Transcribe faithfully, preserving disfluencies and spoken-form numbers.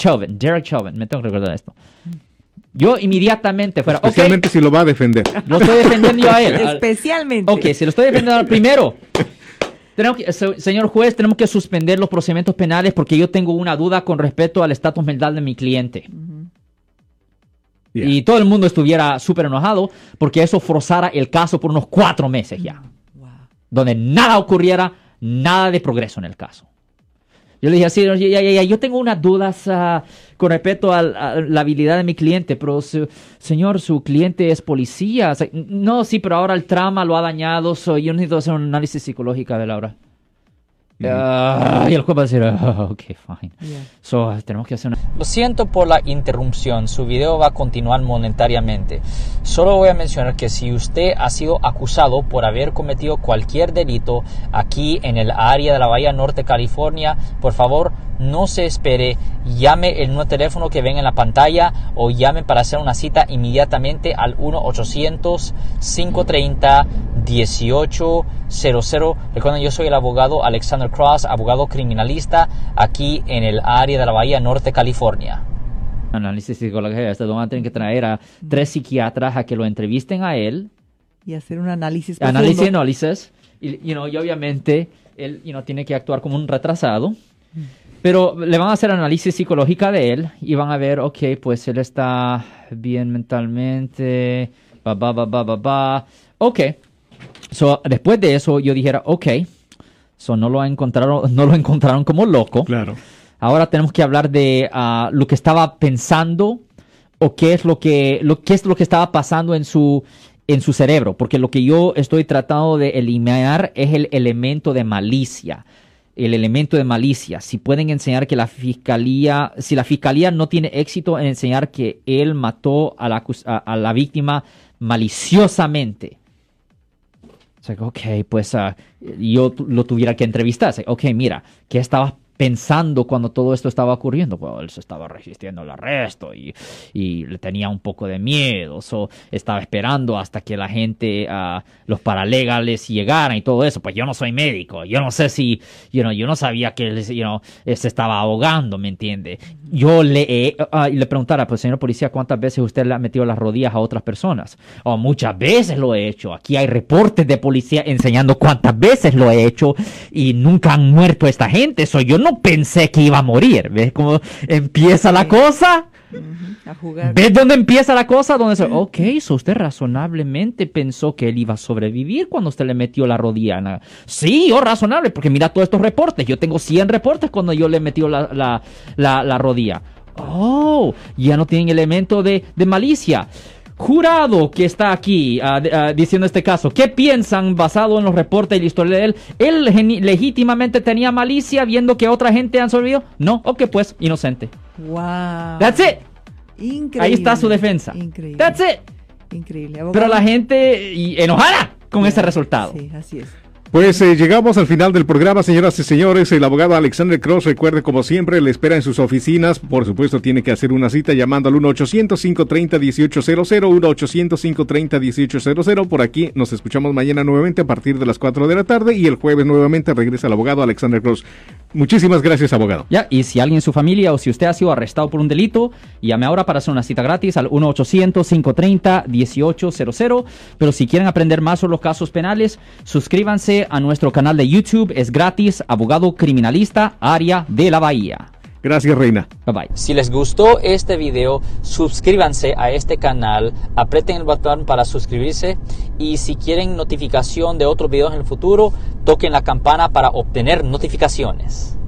Chauvin, Derek Chauvin, me tengo que recordar esto. Yo inmediatamente fuera, especialmente okay, si lo va a defender. Lo estoy defendiendo yo a él. Especialmente. Ok, si lo estoy defendiendo a él, primero, tenemos que, señor juez, tenemos que suspender los procedimientos penales porque yo tengo una duda con respecto al estatus mental de mi cliente. Uh-huh. Yeah. Y todo el mundo estuviera súper enojado porque eso forzara el caso por unos cuatro meses ya. Wow. Donde nada ocurriera, nada de progreso en el caso. Yo le dije así, ya, ya, ya, yo tengo unas dudas uh, con respecto a, a la habilidad de mi cliente, pero su, señor, su cliente es policía. O sea, no, sí, pero ahora el trauma lo ha dañado, so yo necesito hacer un análisis psicológico de Laura. Uh, y el juez va a decir, oh, ok, fine. Yeah. So, tenemos que hacer una... Lo siento por la interrupción, su video va a continuar momentáneamente. Solo voy a mencionar que si usted ha sido acusado por haber cometido cualquier delito aquí en el área de la Bahía Norte, California, por favor, no se espere, llame el nuevo teléfono que ven en la pantalla o llame para hacer una cita inmediatamente al uno ochocientos, cinco treinta, dieciocho cero cero. Recuerden, yo soy el abogado Alexander Cross, abogado criminalista aquí en el área de la Bahía Norte, California. Análisis psicológico, este van a tener que traer a tres psiquiatras a que lo entrevisten a él. Y hacer un análisis profundo. Análisis, análisis. Y, you know, y obviamente él you know, tiene que actuar como un retrasado. Pero le van a hacer análisis psicológica de él y van a ver, ok, pues él está bien mentalmente, ba, ba, ba, ba, ba, ba. Ok. So, después de eso yo dijera, ok, so no lo encontraron, no lo encontraron como loco. Claro. Ahora tenemos que hablar de uh, lo que estaba pensando o qué es lo que, lo, qué es lo que estaba pasando en su, en su cerebro. Porque lo que yo estoy tratando de eliminar es el elemento de malicia. El elemento de malicia. Si pueden enseñar que la fiscalía, si la fiscalía no tiene éxito en enseñar que él mató a la, a, a la víctima maliciosamente. O sea, ok, pues uh, yo lo tuviera que entrevistar. Ok, mira, ¿qué estabas pensando cuando todo esto estaba ocurriendo? Bueno, él se estaba resistiendo al arresto y, y le tenía un poco de miedo. So, estaba esperando hasta que la gente, uh, los paralegales llegaran y todo eso. Pues yo no soy médico. Yo no sé si, you know, yo no sabía que él you know, se estaba ahogando, ¿me entiende? Yo le, uh, le preguntara, pues señor policía, ¿cuántas veces usted le ha metido las rodillas a otras personas? Oh, muchas veces lo he hecho. Aquí hay reportes de policía enseñando cuántas veces lo he hecho y nunca han muerto esta gente. So, yo no pensé que iba a morir. ¿Ves cómo empieza la cosa? Uh-huh. A jugar. ¿Ves dónde empieza la cosa? Donde se, ok, so usted razonablemente pensó que él iba a sobrevivir cuando usted le metió la rodilla. Sí, yo razonable, porque mira todos estos reportes. Yo tengo cien reportes cuando yo le metió la, la, la, la rodilla. Oh, ya no tienen elemento de, de malicia. Jurado que está aquí uh, uh, diciendo este caso, ¿qué piensan basado en los reportes y la historia de él? ¿Él legítimamente tenía malicia viendo que otra gente han sobrevivido? No, ok, pues, inocente. Wow. That's it. Increíble. Ahí está su defensa. Increíble. That's it. Increíble. Abogado. Pero la gente y, enojada con yeah, ese resultado. Sí, así es. Pues eh, llegamos al final del programa, señoras y señores. El abogado Alexander Cross, recuerde, como siempre, le espera en sus oficinas. Por supuesto, tiene que hacer una cita llamando al uno ochocientos, cinco treinta, dieciocho cero cero, uno ochocientos, cinco treinta, dieciocho cero cero. Por aquí nos escuchamos mañana nuevamente a partir de las cuatro de la tarde y el jueves nuevamente regresa el abogado Alexander Cross. Muchísimas gracias, abogado. Ya, y si alguien en su familia o si usted ha sido arrestado por un delito, llame ahora para hacer una cita gratis al uno ochocientos, cinco treinta, dieciocho cero cero. Pero si quieren aprender más sobre los casos penales, suscríbanse a nuestro canal de YouTube. Es gratis, abogado criminalista, área de la Bahía. Gracias, Reina. Bye bye. Si les gustó este video, suscríbanse a este canal, aprieten el botón para suscribirse y si quieren notificación de otros videos en el futuro, toquen la campana para obtener notificaciones.